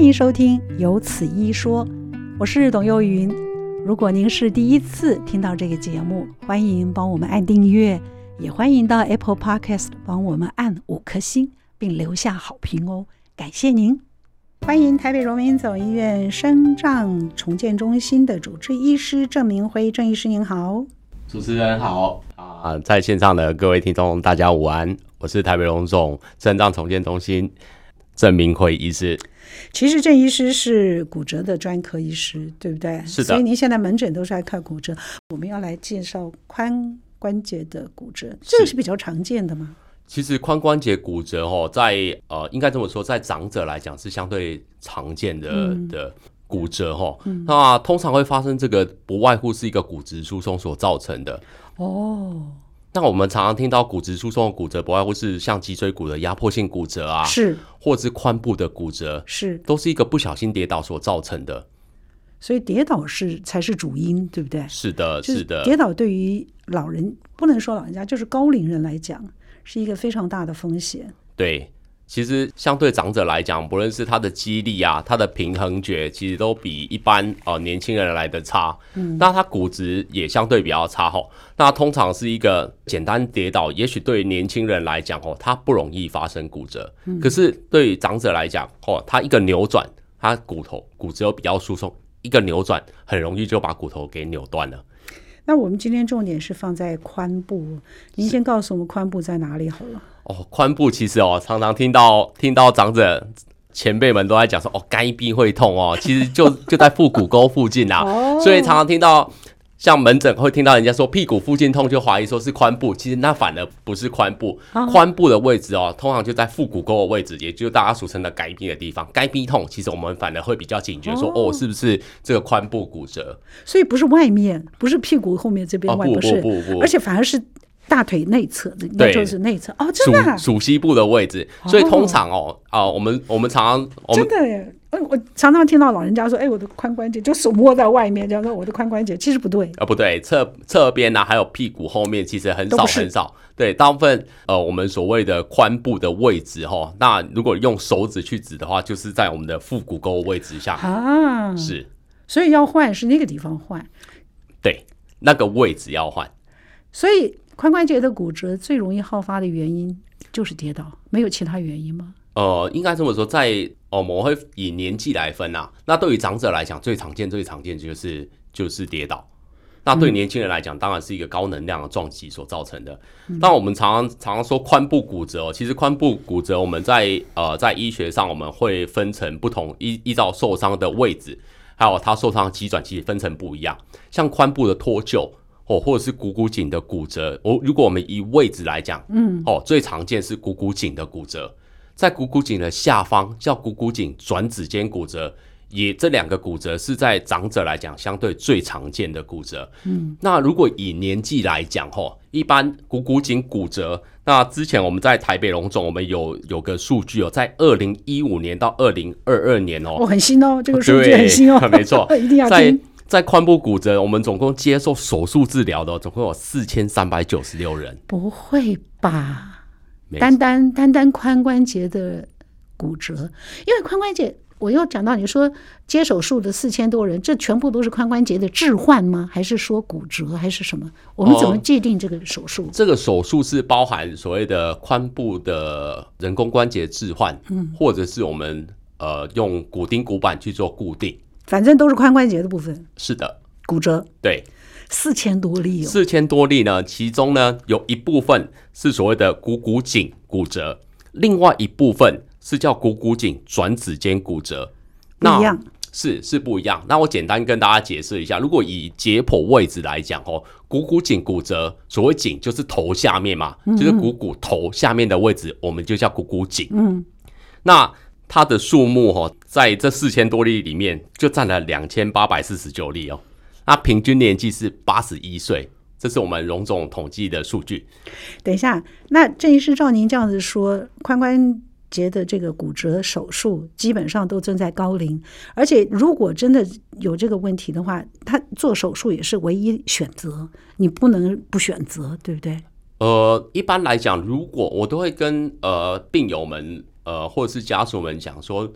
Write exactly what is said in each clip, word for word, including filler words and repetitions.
迎收听有此一说，我是董幼云。如果您是第一次听到这个节目，欢迎帮我们按订阅，也欢迎到 Apple Podcast 帮我们按五颗星并留下好评哦，感谢您。欢迎台北荣民总医院生障重建中心的主治医师郑明辉，郑医师您好。 主持人好啊，在线上的各位听众大家午安，我是台北荣总生障重建中心郑明辉医师。 其实郑医师是骨折的专科医师，对不对？ 是的。 所以您现在门诊都是在看骨折。我们要来介绍髋关节的骨折，这个是比较常见的吗？ 其实髋关节骨折哦，在呃，应该这么说，在长者来讲是相对常见的、嗯、的骨折哦、嗯。那通常会发生这个，不外乎是一个骨质疏松所造成的哦。那我们常常听到骨质疏松的骨折，不外乎是像脊椎骨的压迫性骨折啊， 是， 或者是髋部的骨折， 是， 都是一个不小心跌倒所造成的。 所以跌倒是才是主因，对不对？ 是的，是的。 跌倒对于老人，不能说老人家，就是高龄人来讲，是一个非常大的风险。 对。其实相对长者来讲，不论是他的肌力啊，他的平衡觉，其实都比一般、呃、年轻人来的差。嗯，那他骨质也相对比较差吼。那通常是一个简单跌倒，也许对年轻人来讲吼，他不容易发生骨折。嗯，可是对于长者来讲吼，他一个扭转，他骨头骨质又比较疏松，一个扭转很容易就把骨头给扭断了。 那我们今天重点是放在髋部，您先告诉我们髋部在哪里好了。 哦，髋部其实哦，常常听到听到长者前辈们都在讲说，哦，该臂会痛哦，其实就就在腹股沟附近啊，哦、所以常常听到像门诊会听到人家说屁股附近痛，就怀疑说是髋部，其实那反而不是髋部，髋、哦、部的位置哦，通常就在腹股沟的位置，也就是大家俗称的该臂的地方。该臂痛，其实我们反而会比较警觉说，哦，哦是不是这个髋部骨折？所以不是外面，不是屁股后面这边外， 哦、 不是， 不不不， 而且反而是大腿内侧，对，就是内侧哦，真的、啊， 属膝部的位置。所以通常哦，啊、呃，我们我们常常我们真的耶，我常常听到老人家说，哎，我的髋关节就手摸在外面，这样说我的髋关节，其实不对， 啊，不对，侧侧边啊，还有屁股后面，其实很少很少。对，大部分呃，我们所谓的髋部的位置哈，那如果用手指去指的话，就是在我们的腹股沟位置下啊，是， 所以要换是那个地方换， 对，那个位置要换， 所以。髋关节的骨折最容易好发的原因就是跌倒，没有其他原因吗？ 呃，应该这么说，在哦，我们会以年纪来分啊。那对于长者来讲，最常见、最常见就是就是跌倒。那对于年轻人来讲，嗯、当然是一个高能量的撞击所造成的。嗯、那我们常常常常说髋部骨折、哦，其实髋部骨折我们在呃在医学上我们会分成不同依依照受伤的位置，还有它受伤的机转，其实分成不一样。像髋部的脱臼。哦，或者是股骨颈的骨折，哦，如果我们以位置来讲，嗯，哦，最常见是股骨颈的骨折，在股骨颈的下方叫股骨颈转指尖骨折，也这两个骨折是在长者来讲相对最常见的骨折。嗯，那如果以年纪来讲，哦，一般股骨颈骨折，那之前我们在台北荣总，我们有有个数据哦，在二零一五年到二零二二年哦， 哦，很新哦，这个数据很新哦， 没错， 一定要听。 在髋部骨折，我们总共接受手术治疗的、哦、总共有四千三百九十六人。 不会吧？单单单单髋关节的骨折，因为髋关节，我又讲到你说接手术的四千多人，这全部都是髋关节的置换吗？还是说骨折，还是什么？我们怎么界定这个手术？ 哦、这个手术是包含所谓的髋部的人工关节置换，嗯，或者是我们呃用骨钉骨板去做固定。 反正都是髋关节的部分。 是的， 骨折。 对， 四千多例哦。 四千多例呢，其中呢有一部分是所谓的股骨颈骨折，另外一部分是叫股骨颈转指尖骨折。 不一样。 是是不一样。那我简单跟大家解释一下，如果以解剖位置来讲哦，股骨颈骨折，所谓颈就是头下面嘛，嗯嗯就是股骨头下面的位置，我们就叫股骨颈。嗯，那。它的数目、哦、在这四千多例里面就占了两千八百四十九例哦，那平均年纪是八十一岁，这是我们荣总统计的数据。 等一下，那郑医师照您这样子说，髋关节的这个骨折手术基本上都正在高龄，而且如果真的有这个问题的话，他做手术也是唯一选择，你不能不选择，对不对？ 呃，一般来讲，如果我都会跟呃病友们呃或者是家属们讲说，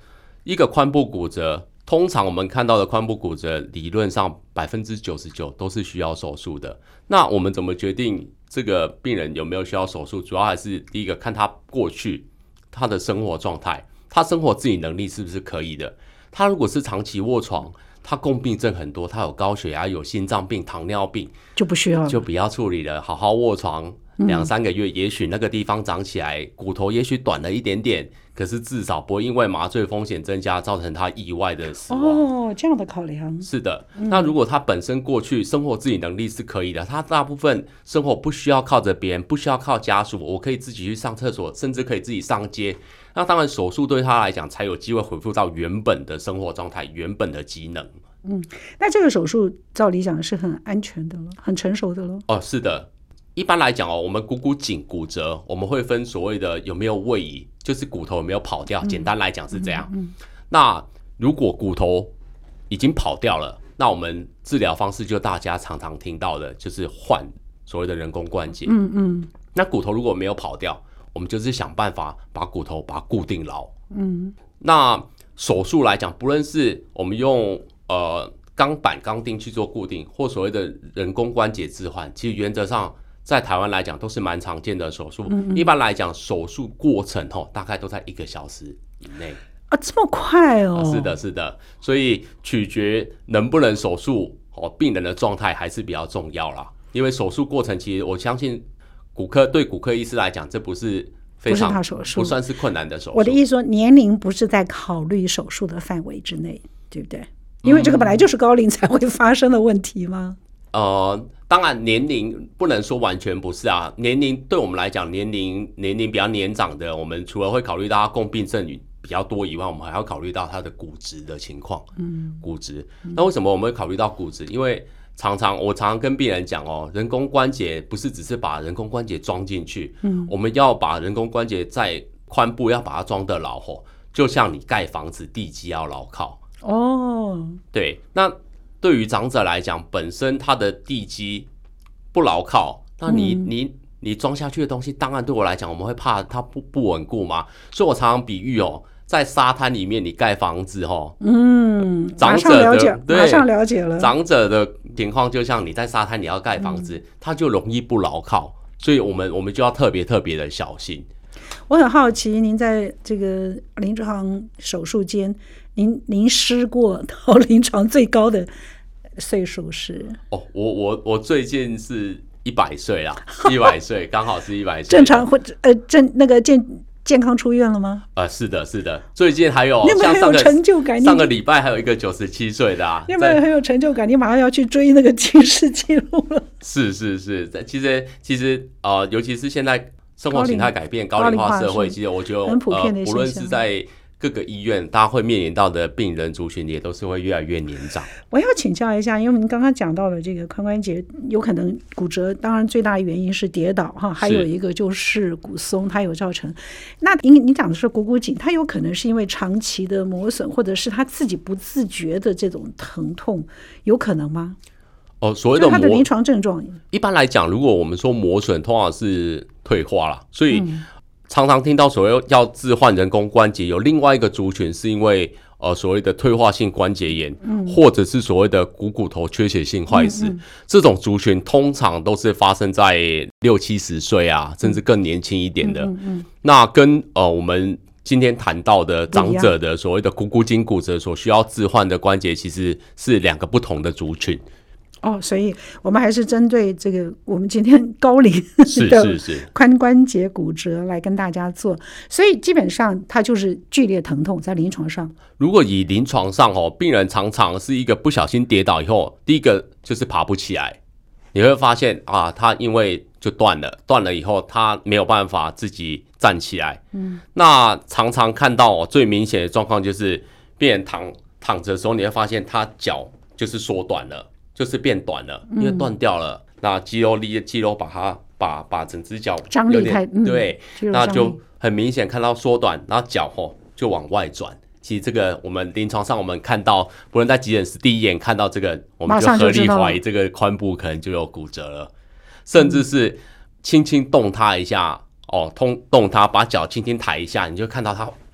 一个髋部骨折，通常我们看到的髋部骨折，理论上百分之九十九都是需要手术的。那我们怎么决定这个病人有没有需要手术？主要还是第一个看他过去他的生活状态，他生活自理能力是不是可以的。他如果是长期卧床，他共病症很多，他有高血压、有心脏病、糖尿病， 就不需要了， 就不要处理了，好好卧床两三个月，也许那个地方长起来，骨头也许短了一点点，可是至少不会因为麻醉风险增加造成他意外的死亡。 哦，这样的考量是的。那如果他本身过去生活自理能力是可以的，他大部分生活不需要靠着别人，不需要靠家属，我可以自己去上厕所，甚至可以自己上街。那当然手术对他来讲才有机会恢复到原本的生活状态，原本的机能。 嗯，那这个手术照理讲是很安全的了，很成熟的了。 哦，是的。一般来讲哦，我们股骨颈骨折，我们会分所谓的有没有位移，就是骨头有没有跑掉。简单来讲是这样。嗯嗯嗯、那如果骨头已经跑掉了，那我们治疗方式就大家常常听到的，就是换所谓的人工关节。嗯嗯。那骨头如果没有跑掉，我们就是想办法把骨头把它固定牢。嗯。那手术来讲，不论是我们用呃钢板钢钉去做固定，或所谓的人工关节置换，其实原则上在台湾来讲都是蛮常见的手术。嗯嗯，一般来讲，手术过程吼大概都在一个小时以内啊，这么快哦？ 是的，是的。所以取决能不能手术哦，病人的状态还是比较重要啦。因为手术过程其实我相信骨科对骨科医师来讲，这不是非常不是手术， 不算是困难的手术。 我的意思说，年龄不是在考虑手术的范围之内，对不对？因为这个本来就是高龄才会发生的问题吗？ 嗯、呃，当然年龄不能说完全不是啊。年龄对我们来讲，年龄年龄比较年长的，我们除了会考虑到他共病症比较多以外，我们还要考虑到他的骨质的情况。嗯，骨质。那为什么我们会考虑到骨质？因为常常我常常跟病人讲哦，人工关节不是只是把人工关节装进去，嗯，我们要把人工关节在髋部要把它装得牢吼，就像你盖房子地基要牢靠。哦，对，那对于长者来讲，本身它的地基不牢靠，那你、嗯、你你装下去的东西，当然对我来讲，我们会怕它不不稳固嘛。所以我常常比喻哦，在沙滩里面你盖房子哦，嗯，长者的马上了解， 马上了解了。 长者的情况就像你在沙滩你要盖房子，嗯、它就容易不牢靠，所以我们我们就要特别特别的小心。 我很好奇，您在这个临床手术间，您您施过到临床最高的岁数是？ 哦，我我我最近是一百岁啦，一百岁，刚好是一百岁。 正常或呃正那个健健康出院了吗？ 呃，是的，是的，最近还有， 你有没有很有成就感？ 上个礼拜还有一个九十七岁的啊， 你有没有很有成就感？你马上要去追那个吉世纪录了。 是是是，其实其实呃，尤其是现在。生活形态改变，高龄化社会，其实我觉得很普遍的、 呃、无论是在各个医院，大家会面临到的病人族群也都是会越来越年长。 我要请教一下，因为您刚刚讲到了这个髋关节有可能骨折，当然最大的原因是跌倒哈，还有一个就是骨松，它有造成。那您您讲的是股骨颈，它有可能是因为长期的磨损，或者是他自己不自觉的这种疼痛，有可能吗？ 哦，所谓的磨， 它的临床症状， 一般来讲，如果我们说磨损，通常是退化啦，所以常常听到所谓要置换人工关节，有另外一个族群是因为呃所谓的退化性关节炎，嗯、或者是所谓的股骨头缺血性坏死，嗯嗯、这种族群通常都是发生在六七十岁啊，甚至更年轻一点的。嗯嗯嗯、那跟呃我们今天谈到的长者的所谓的股骨颈骨折所需要置换的关节，其实是两个不同的族群。 哦，所以我们还是针对这个我们今天高龄的髋关节骨折来跟大家做，所以基本上它就是剧烈疼痛在临床上。 如果以临床上哦，病人常常是一个不小心跌倒以后，第一个就是爬不起来，你会发现啊，他因为就断了，断了以后他没有办法自己站起来。嗯，那常常看到哦，最明显的状况就是病人躺躺着的时候，你会发现他脚就是缩短了。就是变短了，因为断掉了，嗯、那肌肉力肌肉把它把把整只脚张力太、嗯、 对，那就很明显看到缩短，然后脚吼就往外转。其实这个我们临床上我们看到，不论在急诊室第一眼看到这个，我们就合理怀疑这个髋部可能就有骨折了，甚至是轻轻动它一下哦，动动它把脚轻轻抬一下，你就看到它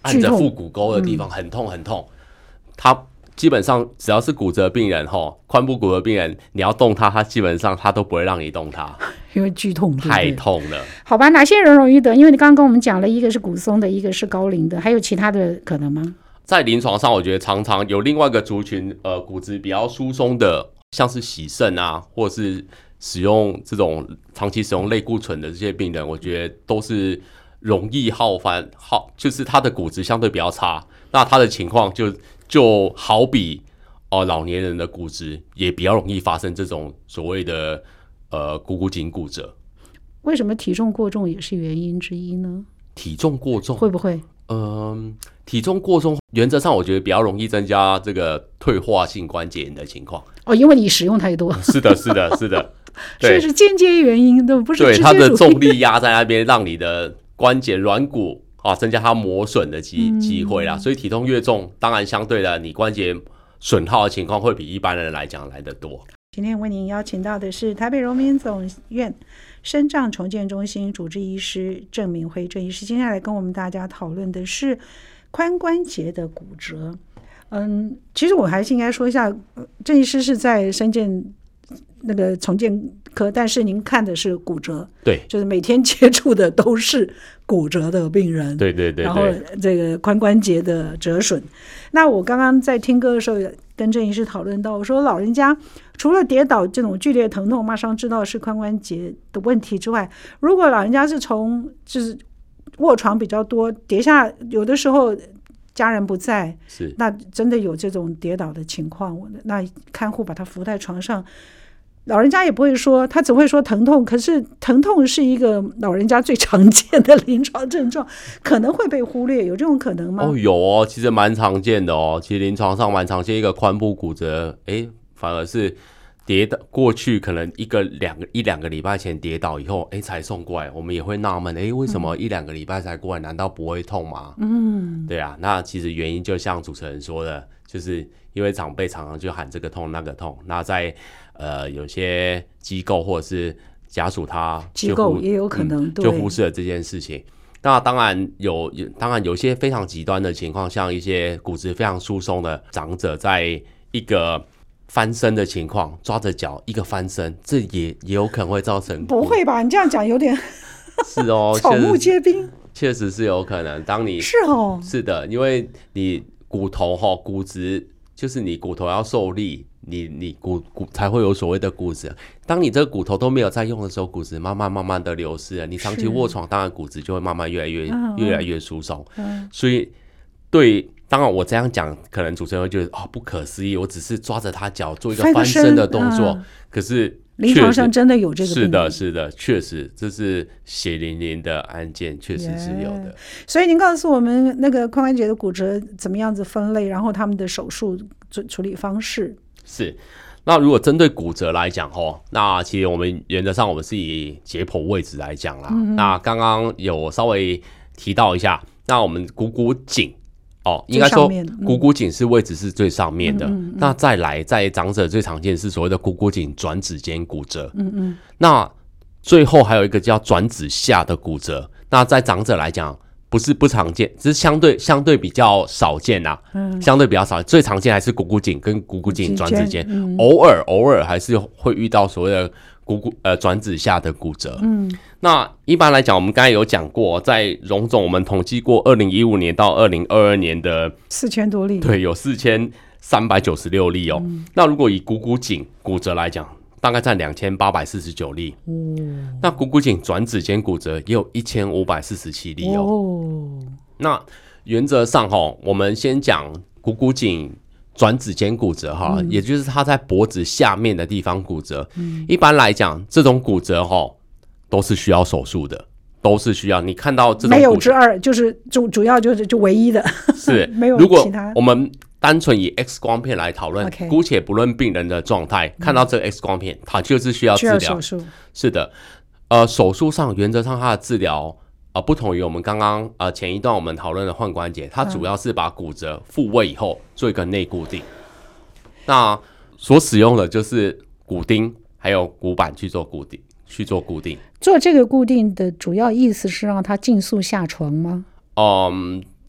按着腹股沟的地方很痛很痛，他基本上只要是骨折病人齁，髋部骨折病人，你要动它，他基本上他都不会让你动它， 因为剧痛， 太痛了。 好吧，哪些人容易得？因为你刚刚跟我们讲了，一个是骨松的，一个是高龄的，还有其他的可能吗？ 在临床上，我觉得常常有另外一个族群，呃，骨质比较疏松的，像是洗肾啊，或者是使用这种长期使用类固醇的这些病人，我觉得都是容易好翻，好就是他的骨质相对比较差，那他的情况就就好比哦、呃、老年人的骨质也比较容易发生这种所谓的呃股骨颈骨折。 为什么体重过重也是原因之一呢？ 体重过重会不会？ 嗯、呃，体重过重原则上我觉得比较容易增加这个退化性关节炎的情况。 哦，因为你使用太多。是的，是的，是的。 这是间接原因，对，不是直接对，它的重力压在那边，让你的关节软骨啊增加它磨损的机机会啦。所以体重越重，当然相对的你关节损耗的情况会比一般人来讲来得多。 今天为您邀请到的是台北荣民总院身障重建中心主治医师郑明辉郑医师，接下来跟我们大家讨论的是髋关节的骨折。嗯，其实我还是应该说一下，郑医师是在身健那个重建科，但是您看的是骨折， 对， 就是每天接触的都是骨折的病人， 对对 对, 对， 然后这个髋关节的折损。那我刚刚在听歌的时候跟郑医师讨论到，我说老人家除了跌倒这种剧烈疼痛马上知道是髋关节的问题之外，如果老人家是从就是卧床比较多，跌下有的时候家人不在， 是那真的有这种跌倒的情况，那看护把他扶在床上，老人家也不会说，他只会说疼痛，可是疼痛是一个老人家最常见的临床症状，可能会被忽略，有这种可能吗？ 哦，有哦，其实蛮常见的哦，其实临床上蛮常见一个髋部骨折，哎，反而是跌倒过去可能一个两个一两个礼拜前跌倒以后，哎才送过来，我们也会纳闷，哎，为什么一两个礼拜才过来？难道不会痛吗？嗯，对啊，那其实原因就像主持人说的，就是因为长辈常常就喊这个痛那个痛，那在呃有些机构或者是家属他机构也有可能、嗯、 就忽视了这件事情。那当然有，当然有些非常极端的情况，像一些骨质非常疏松的长者，在一个翻身的情况，抓着脚一个翻身，这也也有可能会造成。 不会吧？你这样讲有点是哦， 草木皆兵， 确实是有可能。当你是哦， 是的，因为你骨头哈、哦、骨质就是你骨头要受力，你你骨骨才会有所谓的骨质。当你这个骨头都没有在用的时候，骨质慢慢慢慢的流失了。你长期卧床，当然骨质就会慢慢越来越、嗯、越来越疏松。嗯、所以对。当然我这样讲可能主持人会觉得、哦、不可思议，我只是抓着他脚做一个翻身的动作、嗯、可是临床上真的有这个病是的是的，确实这是血淋淋的案件，确实是有的、yeah. 所以您告诉我们那个髋关节的骨折怎么样子分类，然后他们的手术处理方式。 是，那如果针对骨折来讲，那其实我们原则上我们是以解剖位置来讲啦、嗯、那刚刚有稍微提到一下，那我们股骨颈哦，应该说股骨颈是位置是最上面的、嗯嗯嗯、那再来在长者最常见是所谓的股骨颈转指间骨折，嗯嗯，那最后还有一个叫转指下的骨折，那在长者来讲不是不常见，只是相对相对比较少见啊、嗯、相对比较少，最常见还是股骨颈跟股骨颈转指间、嗯、偶尔偶尔还是会遇到所谓的股骨呃转指下的骨折。嗯，那一般来讲，我们刚才有讲过，在荣总我们统计过二零一五年到二零二二年的四千多例， 对，有四千三百九十六例哦、嗯。那如果以股骨颈骨折来讲，大概占两千八百四十九例。嗯，那股骨颈转指间骨折也有一千五百四十七例哦。哦，那原则上哈、哦，我们先讲股骨颈转指间骨折哈、嗯，也就是它在脖子下面的地方骨折。嗯，一般来讲，这种骨折哈都是需要手术的，都是需要。你看到这种骨折没有之二，就是主主要就是就唯一的， 是没有其他。 如果我们单纯以 X 光片来讨论， okay. 姑且不论病人的状态、嗯，看到这个 X 光片，它就是需要治疗。需要手术。是的，呃，手术上原则上它的治疗。呃，不同于我们刚刚呃前一段我们讨论的换关节，它主要是把骨折复位以后做一个内固定，那所使用的就是骨钉还有骨板去做固定，去做固定。 做这个固定的主要意思是让它尽速下床吗？ 嗯，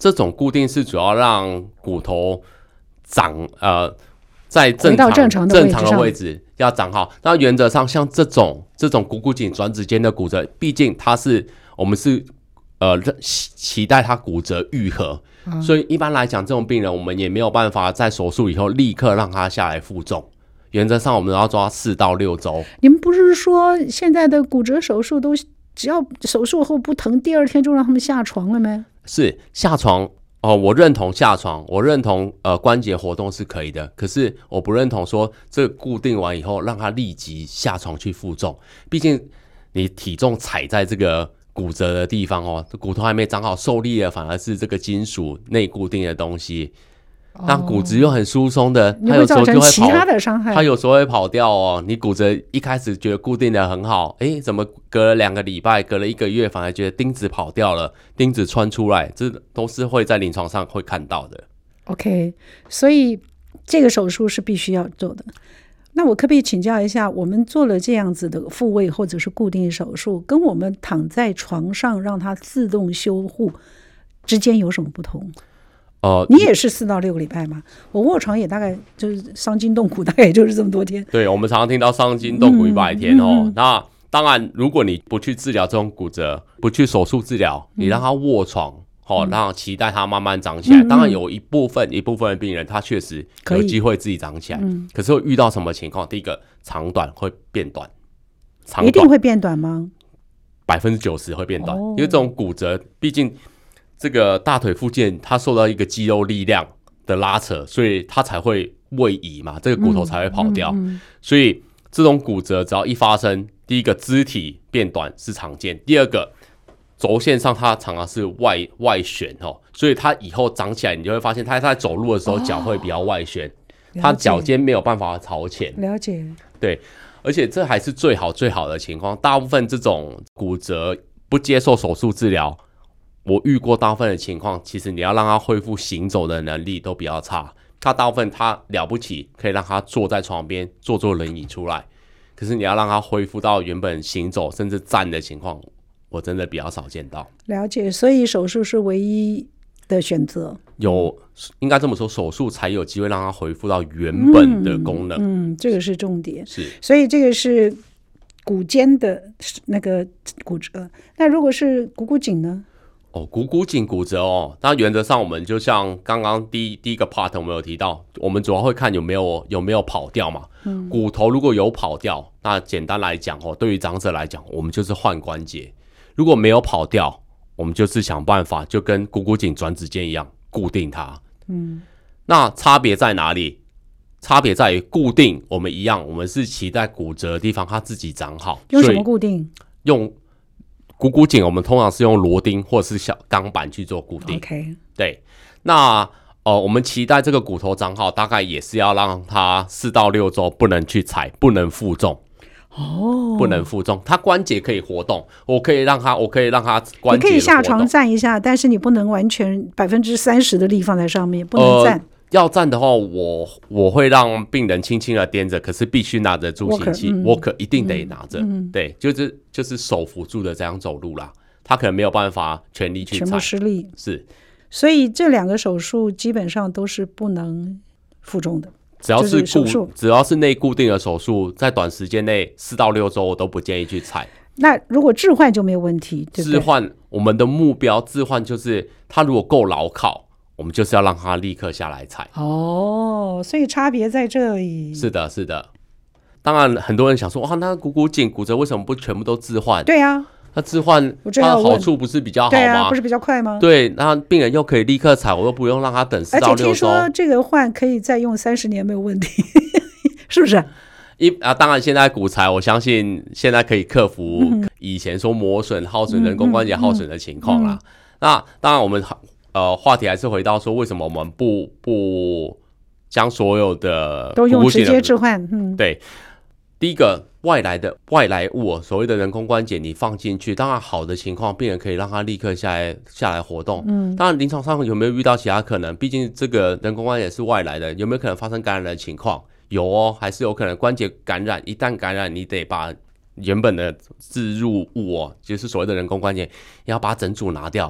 这种固定是主要让骨头长呃在正常正常的正常的位置要长好。那原则上像这种这种股骨颈转指间的骨折，毕竟它是我们是呃期待它骨折愈合、嗯，所以一般来讲，这种病人我们也没有办法在手术以后立刻让他下来负重。原则上我们要抓四到六周。 你们不是说现在的骨折手术都只要手术后不疼，第二天就让他们下床了吗？ 是下床哦，我认同下床，我认同呃关节活动是可以的，可是我不认同说这个固定完以后让他立即下床去负重，毕竟你体重踩在这个骨折的地方哦，骨头还没长好，受力的反而是这个金属内固定的东西。那骨质又很疏松的，它有时候就会跑， 其他的伤害， 它有时候会跑掉哦。你骨折一开始觉得固定的很好，哎，怎么隔了两个礼拜，隔了一个月，反而觉得钉子跑掉了，钉子穿出来，这都是会在临床上会看到的。 OK， 所以这个手术是必须要做的。那我可不可以请教一下，我们做了这样子的复位或者是固定手术，跟我们躺在床上让它自动修护之间有什么不同？呃，你也是四到六个礼拜吗？我卧床也大概就是伤筋动骨，大概也就是这么多天。 对，我们常常听到伤筋动骨一百天哦、嗯嗯。那当然，如果你不去治疗这种骨折，不去手术治疗，你让他卧床，哦、嗯，让期待他慢慢长起来。嗯、当然，有一部分一部分的病人，他确实有机会自己长起来。嗯、可是会遇到什么情况？第一个，长短会变短，长短一定会变短吗？ 百分之九十会变短、哦，因为这种骨折，毕竟。这个大腿附件它受到一个肌肉力量的拉扯，所以它才会位移嘛，这个骨头才会跑掉、嗯嗯嗯、所以这种骨折只要一发生，第一个肢体变短是常见，第二个轴线上它常常是外外旋、哦、所以它以后长起来你就会发现它在走路的时候脚会比较外旋、哦、它脚尖没有办法朝前。 了解。 对，而且这还是最好最好的情况，大部分这种骨折不接受手术治疗，我遇过大部分的情况，其实你要让他恢复行走的能力都比较差。他大部分他了不起，可以让他坐在床边，坐坐轮椅出来。可是你要让他恢复到原本行走甚至站的情况，我真的比较少见到。 了解，所以手术是唯一的选择。 有，应该这么说，手术才有机会让他恢复到原本的功能。 嗯，嗯这个是重点。 是， 所以这个是骨尖的那个骨折。那如果是股骨颈呢？ 哦，股骨颈骨折哦，那原则上我们就像刚刚第一第一个 part 我们有提到，我们主要会看有没有有没有跑掉嘛。嗯，骨头如果有跑掉，那简单来讲哦，对于长者来讲，我们就是换关节；如果没有跑掉，我们就是想办法就跟股骨颈转指间一样固定它。嗯，那差别在哪里？差别在于固定，我们一样，我们是期待骨折的地方它自己长好。 用什么固定？ 用股骨颈我们通常是用螺钉或者是小钢板去做固定。 OK， 对，那呃，我们期待这个骨头长好，大概也是要让它四到六周不能去踩，不能负重。哦，不能负重，它关节可以活动，我可以让它，我可以让它关节活动。 你可以下床站一下，但是你不能完全百分之三十的力放在上面，不能站。呃要站的话，我我会让病人轻轻的踮着，可是必须拿着助行器 ，Walker、嗯、一定得拿着、嗯，对，就是就是手扶住的这样走路啦。他可能没有办法全力去踩， 全部失力是。 所以这两个手术基本上都是不能负重的， 只要是固、就是、只要是内固定的手术，在短时间内四到六周我都不建议去踩。 那如果置换就没有问题，对不对？ 置换我们的目标置换就是他如果够牢靠。我们就是要让他立刻下来踩哦，所以差别在这里。 是的，是的。当然，很多人想说，哇，那股骨颈骨折为什么不全部都置换？ 对啊， 那置换它的好处不是比较好吗？ 对啊，不是比较快吗？ 对，那病人又可以立刻踩，我又不用让他等四到六周。而且听说这个换可以再用三十年没有问题，是不是？ 一啊，当然现在骨材，我相信现在可以克服以前说磨损、耗损、人工关节耗损的情况啦。嗯嗯嗯、那当然我们。呃，话题还是回到说，为什么我们不不将所有的都用直接置换？嗯， 对，第一个外来的外来物，所谓的人工关节，你放进去，当然好的情况，病人可以让他立刻下来下来活动。嗯，当然临床上有没有遇到其他可能？毕竟这个人工关节是外来的，有没有可能发生感染的情况？有哦，还是有可能关节感染。一旦感染，你得把原本的置入物哦，就是所谓的人工关节，你要把整组拿掉。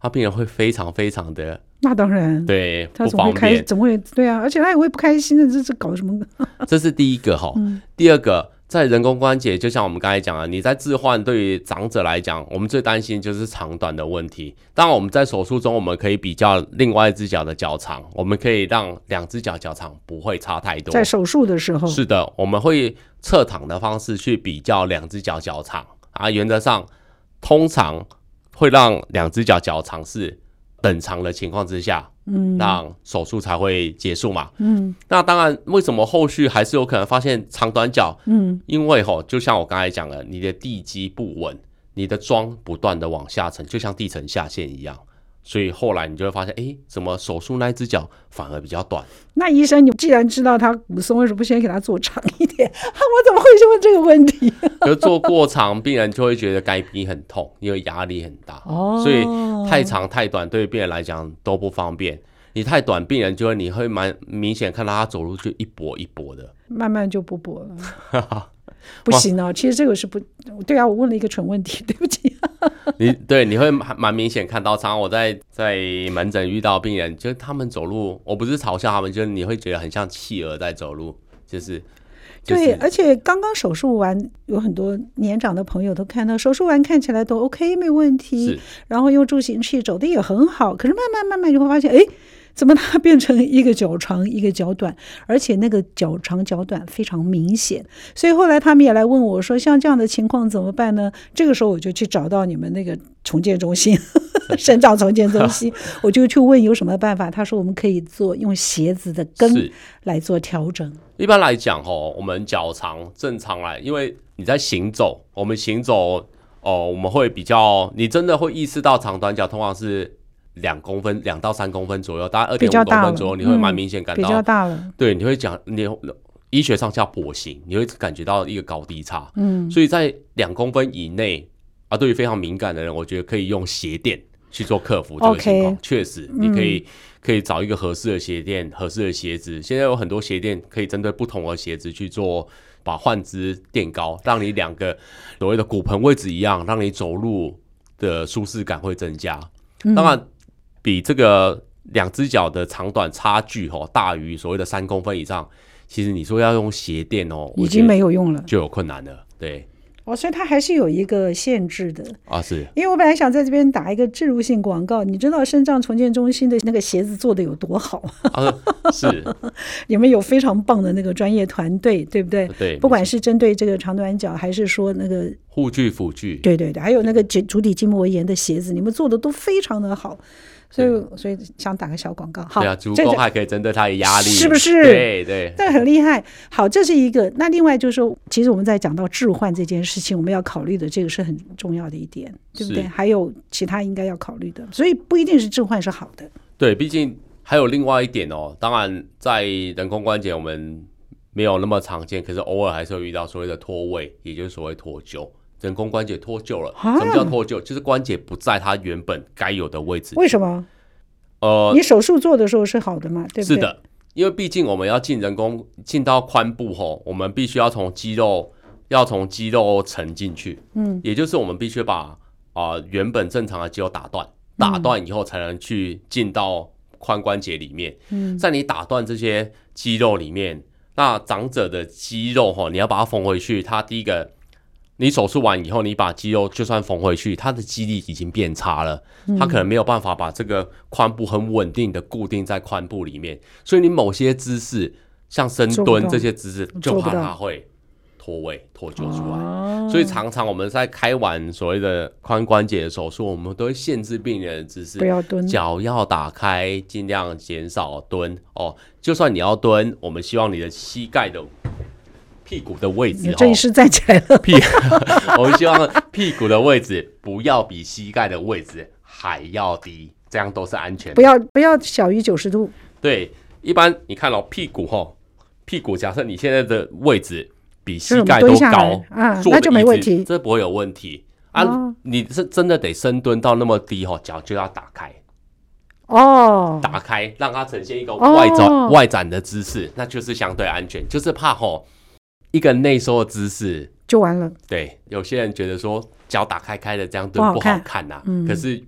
他病人会非常非常的， 那当然， 对， 他怎么会开，怎么会对啊？而且他也会不开心的，这是搞什么？ 这是第一个哈、嗯。第二个，在人工关节，就像我们刚才讲的，你在置换对于长者来讲，我们最担心就是长短的问题。当然，我们在手术中，我们可以比较另外一只脚的脚长，我们可以让两只脚脚长不会差太多。 在手术的时候， 是的，我们会侧躺的方式去比较两只脚脚长啊，原则上通常会让两只脚脚长是等长的情况之下，嗯，让手术才会结束嘛。嗯，那当然，为什么后续还是有可能发现长短脚？嗯，因为吼，就像我刚才讲的，你的地基不稳，你的桩不断的往下沉，就像地层下陷一样。所以后来你就会发现，哎，怎么手术那一只脚反而比较短？ 那医生，你既然知道他骨松，为什么不先给他做长一点？我怎么会问这个问题？ 就做过长，病人就会觉得该逼很痛，因为压力很大。哦，所以太长太短对病人来讲都不方便。你太短，病人就会你会蛮明显看到他走路就一跛一跛的， 慢慢就不跛了。不行哦，其实这个是不对啊，我问了一个蠢问题，对不起。 你对你会蛮明显看到，常常我在在门诊遇到病人，就是他们走路，我不是嘲笑他们，就是你会觉得很像企鹅在走路，就是。就是、 对，而且刚刚手术完，有很多年长的朋友都看到手术完看起来都 OK 没问题，然后用助行器走的也很好，可是慢慢慢慢就会发现，哎，怎么它变成一个脚长一个脚短，而且那个脚长脚短非常明显，所以后来他们也来问我说，像这样的情况怎么办呢？这个时候我就去找到你们那个重建中心肾脏重建中心，我就去问有什么办法，他说我们可以做用鞋子的跟来做调整。 一般来讲我们脚长正常来，因为你在行走，我们行走哦，我们会比较，你真的会意识到长短脚通常是两公分，两到三公分左右，大概二点五公分左右，你会蛮明显感到、 嗯、比较大了。 对，你会讲，你医学上叫跛行，你会感觉到一个高低差。嗯，所以在两公分以内啊，对于非常敏感的人，我觉得可以用鞋垫去做克服这个情况。确、okay, 实，你可以、嗯、可以找一个合适的鞋垫、合适的鞋子。现在有很多鞋垫可以针对不同的鞋子去做，把换姿垫高，让你两个所谓的骨盆位置一样，让你走路的舒适感会增加。嗯、当然，比这个两只脚的长短差距哦大于所谓的三公分以上，其实你说要用鞋垫哦， 已经没有用了， 就有困难了。对。 哦，所以它还是有一个限制的啊，是因为我本来想在这边打一个置入性广告，你知道肾脏重建中心的那个鞋子做的有多好啊？是， 你们有非常棒的那个专业团队，对不对？ 对， 不管是针对这个长短脚，还是说那个护具辅具， 对对对，还有那个足底筋膜炎的鞋子，你们做的都非常的好。所以，所以想打个小广告，好， 对啊，足弓还可以针对他的压力， 是不是？ 对对， 这很厉害。好，这是一个。那另外就是说，其实我们在讲到置换这件事情，我们要考虑的这个是很重要的一点，对不对？还有其他应该要考虑的，所以不一定是置换是好的。 对，毕竟还有另外一点哦。当然，在人工关节我们没有那么常见，可是偶尔还是会遇到所谓的脱位，也就是所谓脱臼。人工关节脱臼了，什么叫脱臼？就是关节不在它原本该有的位置。 为什么？ 呃， 你手术做的时候是好的嘛？对不对？ 是的，因为毕竟我们要进人工进到髋部后，我们必须要从肌肉要从肌肉层进去，嗯，也就是我们必须把啊、呃、原本正常的肌肉打断，打断以后才能去进到髋关节里面。嗯，在你打断这些肌肉里面，那长者的肌肉哈，你要把它缝回去，它第一个。你手术完以后，你把肌肉就算缝回去，它的肌力已经变差了，它可能没有办法把这个髋部很稳定的固定在髋部里面，所以你某些姿势，像深蹲这些姿势，就怕它会脱位脱臼出来。哦、所以常常我们在开完所谓的髋关节的手术，我们都会限制病人的姿势， 不要蹲， 脚要打开，尽量减少蹲哦。就算你要蹲，我们希望你的膝盖的。屁股的位置， 这一是站起来了。 屁，我们希望屁股的位置不要比膝盖的位置还要低，这样都是安全的。 不要不要小于九十度。 对，一般你看哦，屁股吼，屁股假设你现在的位置比膝盖都高啊，那就没问题， 这不会有问题啊。哦、你是真的得深蹲到那么低吼，脚就要打开。哦，打开，让它呈现一个外展、哦、外展的姿势，那就是相对安全，就是怕吼。一个内收的姿势就完了。 对，有些人觉得说脚打开开的这样蹲不好看呐、啊嗯，可是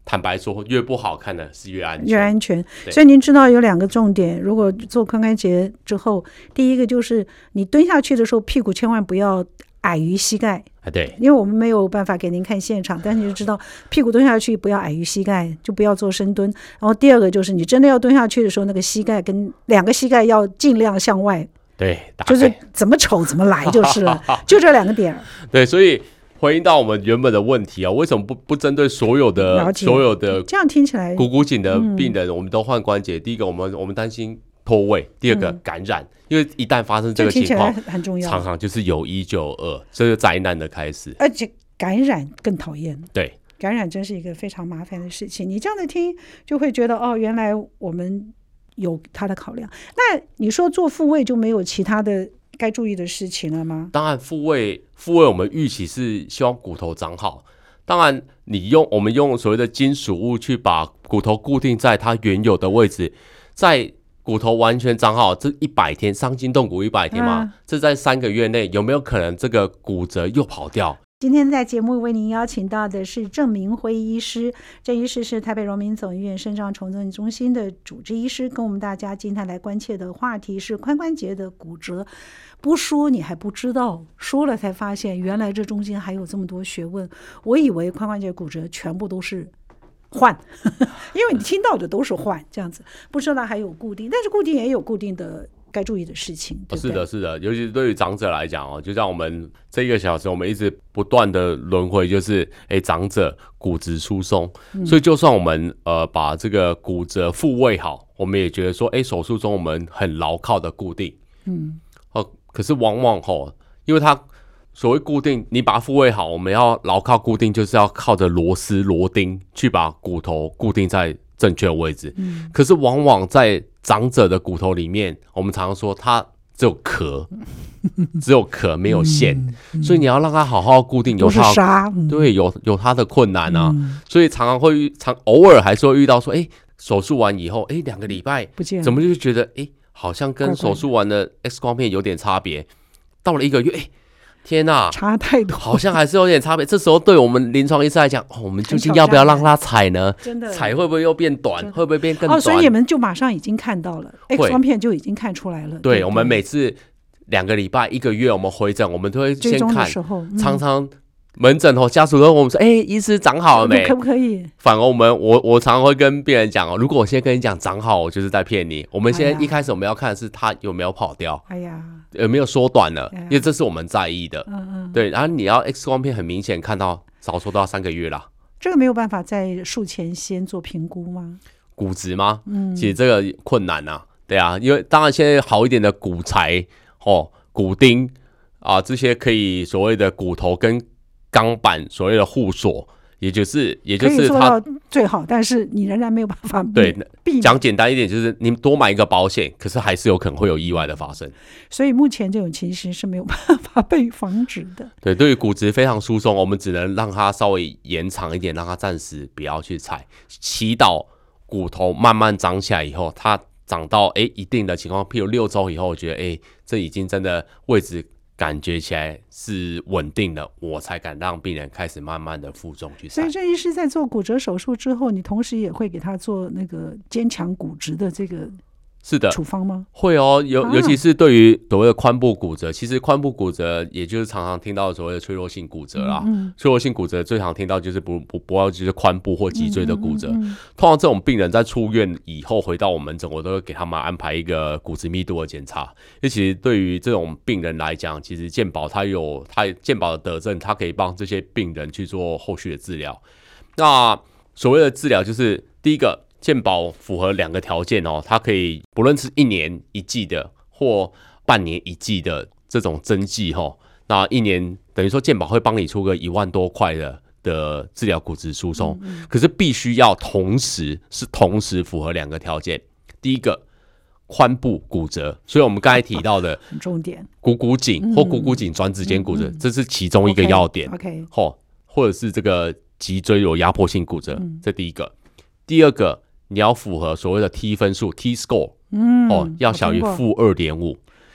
坦白说，越不好看的是越安全， 越安全。所以您知道有两个重点，如果做髋关节之后，第一个就是你蹲下去的时候，屁股千万不要矮于膝盖。 对， 因为我们没有办法给您看现场，但是你就知道屁股蹲下去不要矮于膝盖，就不要做深蹲。然后第二个就是你真的要蹲下去的时候，那个膝盖跟两个膝盖要尽量向外， 对， 就是怎么丑怎么来就是了，就这两个点。 对，所以回应到我们原本的问题啊，为什么不不针对所有的所有的这样听起来股骨颈的病人，嗯、我们都换关节？第一个，我们我们担心脱位；第二个，嗯、感染。因为一旦发生这个情况， 很重要， 常常就是有一就有二，这是灾难的开始。 而且感染更讨厌。 对， 感染真是一个非常麻烦的事情。你这样子听，就会觉得哦，原来我们有他的考量。那你说做复位就没有其他的该注意的事情了吗？ 当然，复位复位我们预期是希望骨头长好。当然，你用我们用所谓的金属物去把骨头固定在它原有的位置，在骨头完全长好，这一百天伤筋动骨一百天嘛、嗯，这在三个月内有没有可能这个骨折又跑掉？ 今天在节目为您邀请到的是郑明辉医师，郑医师是台北荣民总医院肾脏重症中心的主治医师，跟我们大家今天来关切的话题是髋关节的骨折。不说你还不知道，说了才发现原来这中间还有这么多学问。我以为髋关节骨折全部都是换，因为你听到的都是换这样子，不知道还有固定，但是固定也有固定的该注意的事情，对不对？ 是的，是的，尤其是对于长者来讲哦，就像我们这一个小时，我们一直不断的轮回，就是哎，长者骨质疏松、嗯，所以就算我们呃把这个骨折复位好，我们也觉得说，哎，手术中我们很牢靠的固定，嗯，哦，可是往往吼，因为它所谓固定，你把它复位好，我们要牢靠固定，就是要靠着螺丝、螺钉去把骨头固定在正确的位置。嗯，可是往往在长者的骨头里面，我们常常说它只有壳，只有壳没有线、嗯嗯，所以你要让它好好固定，有它的、嗯、对，有有它的困难啊。嗯、所以常常会常偶尔还是会遇到说，哎，手术完以后，哎，两个礼拜不见，怎么就觉得哎，好像跟手术完的 X 光片有点差别，到了一个月，哎。天哪， 差太多， 好像还是有点差别。这时候对我们临床医师来讲、哦，我们究竟要不要让他踩呢？真的，踩会不会又变短？会不会变更短？ 哦，所以你们就马上已经看到了 X 光片就已经看出来了。 对，对我们每次两个礼拜、一个月，我们回诊，我们都会先看。嗯、常常门诊后家属都问我们说：“哎、欸，医师长好了没？ 可不可以？” 反而我们我我常常会跟病人讲哦，如果我先跟你讲长好，我就是在骗你。我们先、哎、一开始我们要看的是他有没有跑掉。哎呀。有没有缩短了、哎？因为这是我们在意的。嗯嗯。对，然后你要 X 光片很明显看到，少说都要三个月啦。 这个没有办法在术前先做评估吗？ 骨质吗？嗯，其实这个困难啊。对啊，因为当然现在好一点的骨材哦、骨钉啊，这些可以所谓的骨头跟钢板所谓的互锁。也就是也就是它最好，但是你仍然没有办法对讲简单一点，就是你多买一个保险，可是还是有可能会有意外的发生。 所以目前这种情形是没有办法被防止的。 对，对于骨质非常疏松，我们只能让它稍微延长一点，让它暂时不要去踩，祈祷骨头慢慢长起来以后，它长到哎一定的情况，譬如六周以后，我觉得哎这已经真的位置。感觉起来是稳定的，我才敢让病人开始慢慢的负重去踩。 所以郑医师在做骨折手术之后，你同时也会给他做那个坚强骨质的这个是的处方吗？ 会哦，尤尤其是对于所谓的髋部骨折，其实髋部骨折也就是常常听到所谓的脆弱性骨折啦。嗯嗯脆弱性骨折最常听到就是不不不要就是髋部或脊椎的骨折。嗯嗯嗯通常这种病人在出院以后回到我门诊，我都会给他们安排一个骨质密度的检查。因为其实对于这种病人来讲，其实健保它有它健保的德政，它可以帮这些病人去做后续的治疗。那所谓的治疗就是第一个。健保符合两个条件哦，它可以不论是一年一季的或半年一季的这种针剂哈，那一年等于说健保会帮你出个一万多块的的治疗骨质疏松、嗯嗯，可是必须要同时是同时符合两个条件，第一个髋部骨折，所以我们刚才提到的重点股骨颈或股骨颈转指间骨折、嗯嗯，这是其中一个要点 ，OK， 或或者是这个脊椎有压迫性骨折，嗯、这第一个，第二个。你要符合所谓的 T 分数 T score， 嗯，哦，要小于负二点五，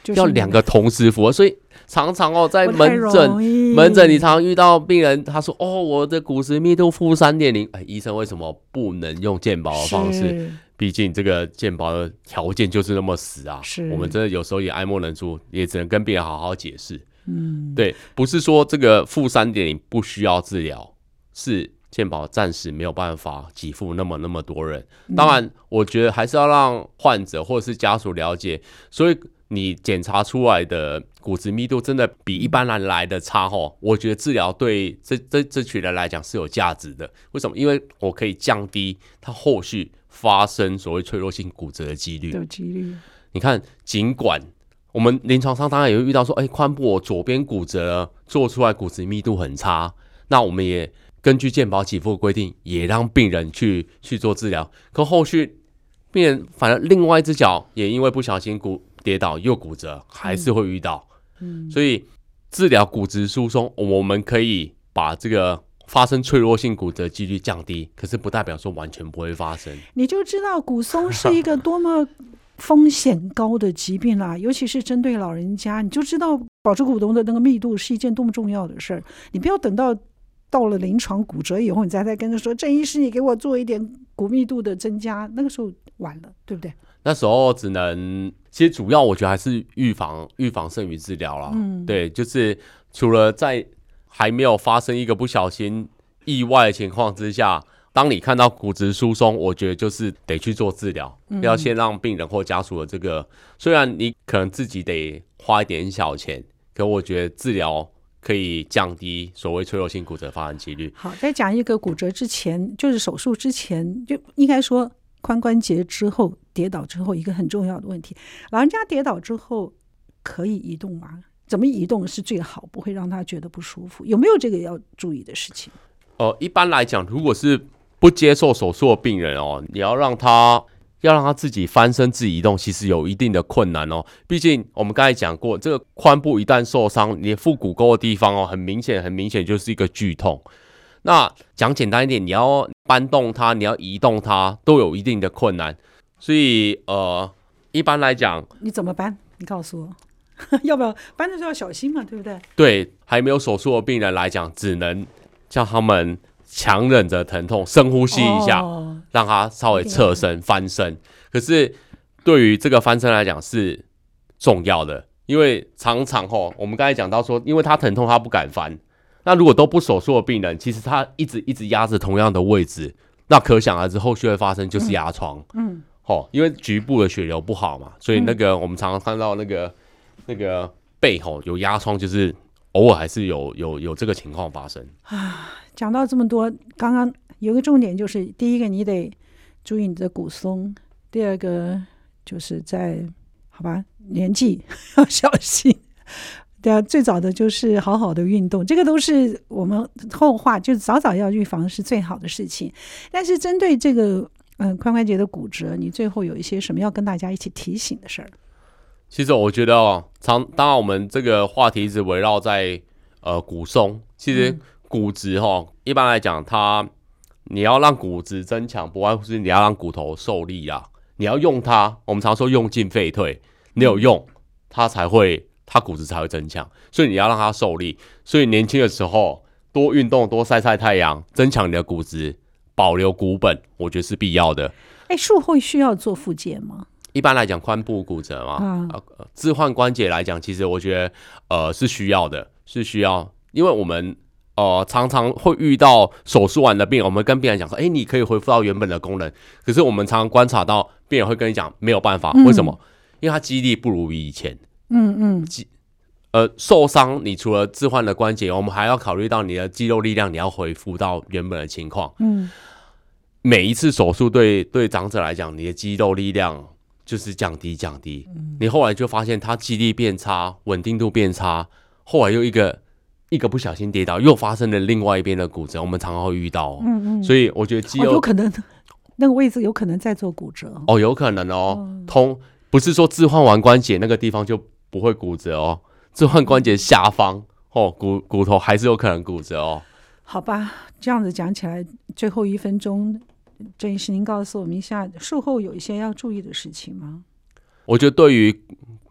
要两个同时符合，所以常常哦在门诊门诊你常常遇到病人他说哦我的骨质密度负 三点零， 哎，医生为什么不能用健保的方式？毕竟这个健保的条件就是那么死啊，我们真的有时候也爱莫能助，也只能跟病人好好解释。嗯，对，不是说这个负 三点零 不需要治疗，是健保暂时没有办法给付那么那么多人。当然我觉得还是要让患者或者是家属了解，所以你检查出来的骨质密度真的比一般人来的差齁，我觉得治疗对这这这群人来讲是有价值的。为什么？因为我可以降低他后续发生所谓脆弱性骨折的几率。 有几率。 你看，尽管我们临床上当然也会遇到说，哎，髋部我左边骨折了，做出来骨质密度很差，那我们也根据健保给付的规定，也让病人去去做治疗。可后续病人反而另外一只脚也因为不小心骨跌倒又骨折，还是会遇到。嗯，所以治疗骨质疏松，我们可以把这个发生脆弱性骨折几率降低，可是不代表说完全不会发生。 你就知道骨松是一个多么风险高的疾病啦，尤其是针对老人家，你就知道保持骨头的那个密度是一件多么重要的事儿。你不要等到到了临床骨折以后，你再再跟他说，郑医师你给我做一点骨密度的增加，那个时候晚了，对不对？ 那时候只能，其实主要我觉得还是预防，预防胜于治疗啦。嗯，对，就是除了在还没有发生一个不小心意外的情况之下，当你看到骨质疏松，我觉得就是得去做治疗，嗯，要先让病人或家属的这个，虽然你可能自己得花一点小钱，可我觉得治疗可以降低所谓脆弱性骨折发生几率。 好，在讲一个骨折之前，就是手术之前，就应该说髋关节之后跌倒之后一个很重要的问题，老人家跌倒之后可以移动吗？怎么移动是最好，不会让他觉得不舒服？有没有这个要注意的事情？ 呃，一般来讲，如果是不接受手术的病人哦，你要让他要让他自己翻身自己移动，其实有一定的困难哦。毕竟我们刚才讲过，这个髋部一旦受伤，你腹股沟的地方哦，很明显很明显就是一个剧痛。那讲简单一点，你要搬动它，你要移动它，都有一定的困难。所以呃，一般来讲， 你怎么搬？你告诉我，要不要搬的时候要小心嘛，对不对？ 对，还没有手术的病人来讲，只能叫他们强忍着疼痛，深呼吸一下，哦，让他稍微侧身翻身。可是对于这个翻身来讲是重要的，因为常常吼，我们刚才讲到说，因为他疼痛，他不敢翻。那如果都不手术的病人，其实他一直一直压着同样的位置，那可想而知后续会发生就是压疮。嗯，哦，因为局部的血流不好嘛，所以那个我们常常看到那个那个背吼有压疮，就是偶尔还是有有有这个情况发生啊。讲到这么多，刚刚有一个重点就是，第一个你得注意你的骨松，第二个就是在好吧年纪要小心。对啊，最早的就是好好的运动，这个都是我们后话，就是早早要预防是最好的事情。但是针对这个嗯、呃、髋关节的骨折，你最后有一些什么要跟大家一起提醒的事儿？ 其实我觉得哦，常当然我们这个话题一直围绕在呃骨松，其实骨质哈、哦，一般来讲，它你要让骨质增强，不外乎是你要让骨头受力啊，你要用它，我们常说用进废退，你有用它才会。它骨质才会增强，所以你要让它受力。所以年轻的时候多运动，多晒晒太阳，增强你的骨质，保留骨本，我觉得是必要的。 哎，术后需要做复健吗？ 一般来讲，髋部骨折嘛，嗯呃、置换关节来讲，其实我觉得呃是需要的，是需要，因为我们呃常常会遇到手术完的病人，我们跟病人讲说，哎，你可以恢复到原本的功能，可是我们常常观察到病人会跟你讲没有办法，为什么？嗯、因为他肌力不如以前。嗯嗯，呃，受伤，你除了置换的关节，我们还要考虑到你的肌肉力量，你要恢复到原本的情况。嗯，每一次手术对对长者来讲，你的肌肉力量就是降低降低。嗯，你后来就发现他肌力变差，稳定度变差，后来又一个一个不小心跌倒，又发生了另外一边的骨折，我们常常会遇到。嗯嗯，所以我觉得肌肉、 哦、有可能那个位置有可能在做骨折。 哦，有可能哦，嗯、通不是说置换完关节那个地方就不会骨折哦，置换关节下方哦，骨骨头还是有可能骨折哦。 好吧，这样子讲起来，最后一分钟，郑医师您告诉我们一下，术后有一些要注意的事情吗？ 我觉得对于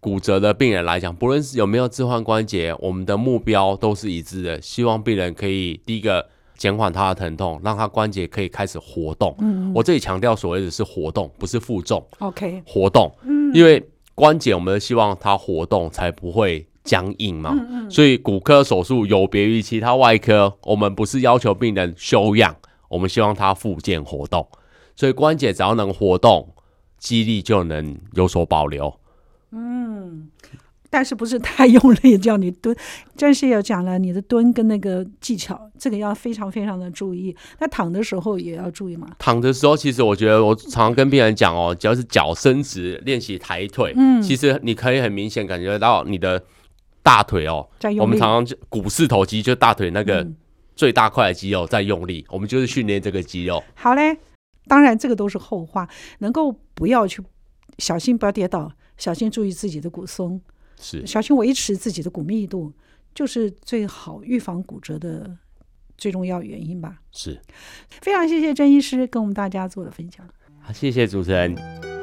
骨折的病人来讲，不论是有没有置换关节，我们的目标都是一致的，希望病人可以第一个减缓他的疼痛，让他关节可以开始活动。嗯，我这里强调所谓的是活动，不是负重。OK， 活动，嗯，因为关节我们希望它活动才不会僵硬嘛。嗯嗯，所以骨科手术有别于其他外科，我们不是要求病人休养，我们希望他复健活动。所以关节只要能活动，肌力就能有所保留。 嗯，但是不是太用力叫你蹲，郑医师也讲了你的蹲跟那个技巧，这个要非常非常的注意。那躺的时候也要注意吗？ 躺的时候，其实我觉得我常常跟病人讲哦，只要是脚伸直练习抬腿，嗯，其实你可以很明显感觉到你的大腿哦，我们常常股四头肌，就大腿那个最大块的肌肉在用力，我们就是训练这个肌肉。 好嘞，当然这个都是后话，能够不要去小心不要跌倒，小心注意自己的骨松，是小心维持自己的骨密度，就是最好预防骨折的最重要原因吧。 是， 非常谢谢郑医师跟我们大家做的分享。 好，谢谢主持人。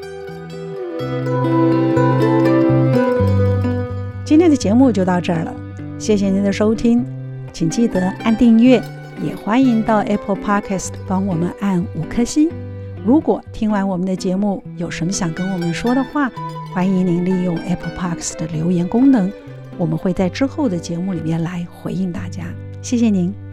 今天的节目就到这儿了，谢谢您的收听，请记得按订阅，也欢迎到 Apple Podcast 帮我们按五颗星。如果听完我们的节目有什么想跟我们说的话，欢迎您利用 Apple Podcast 的留言功能，我们会在之后的节目里面来回应大家。谢谢您。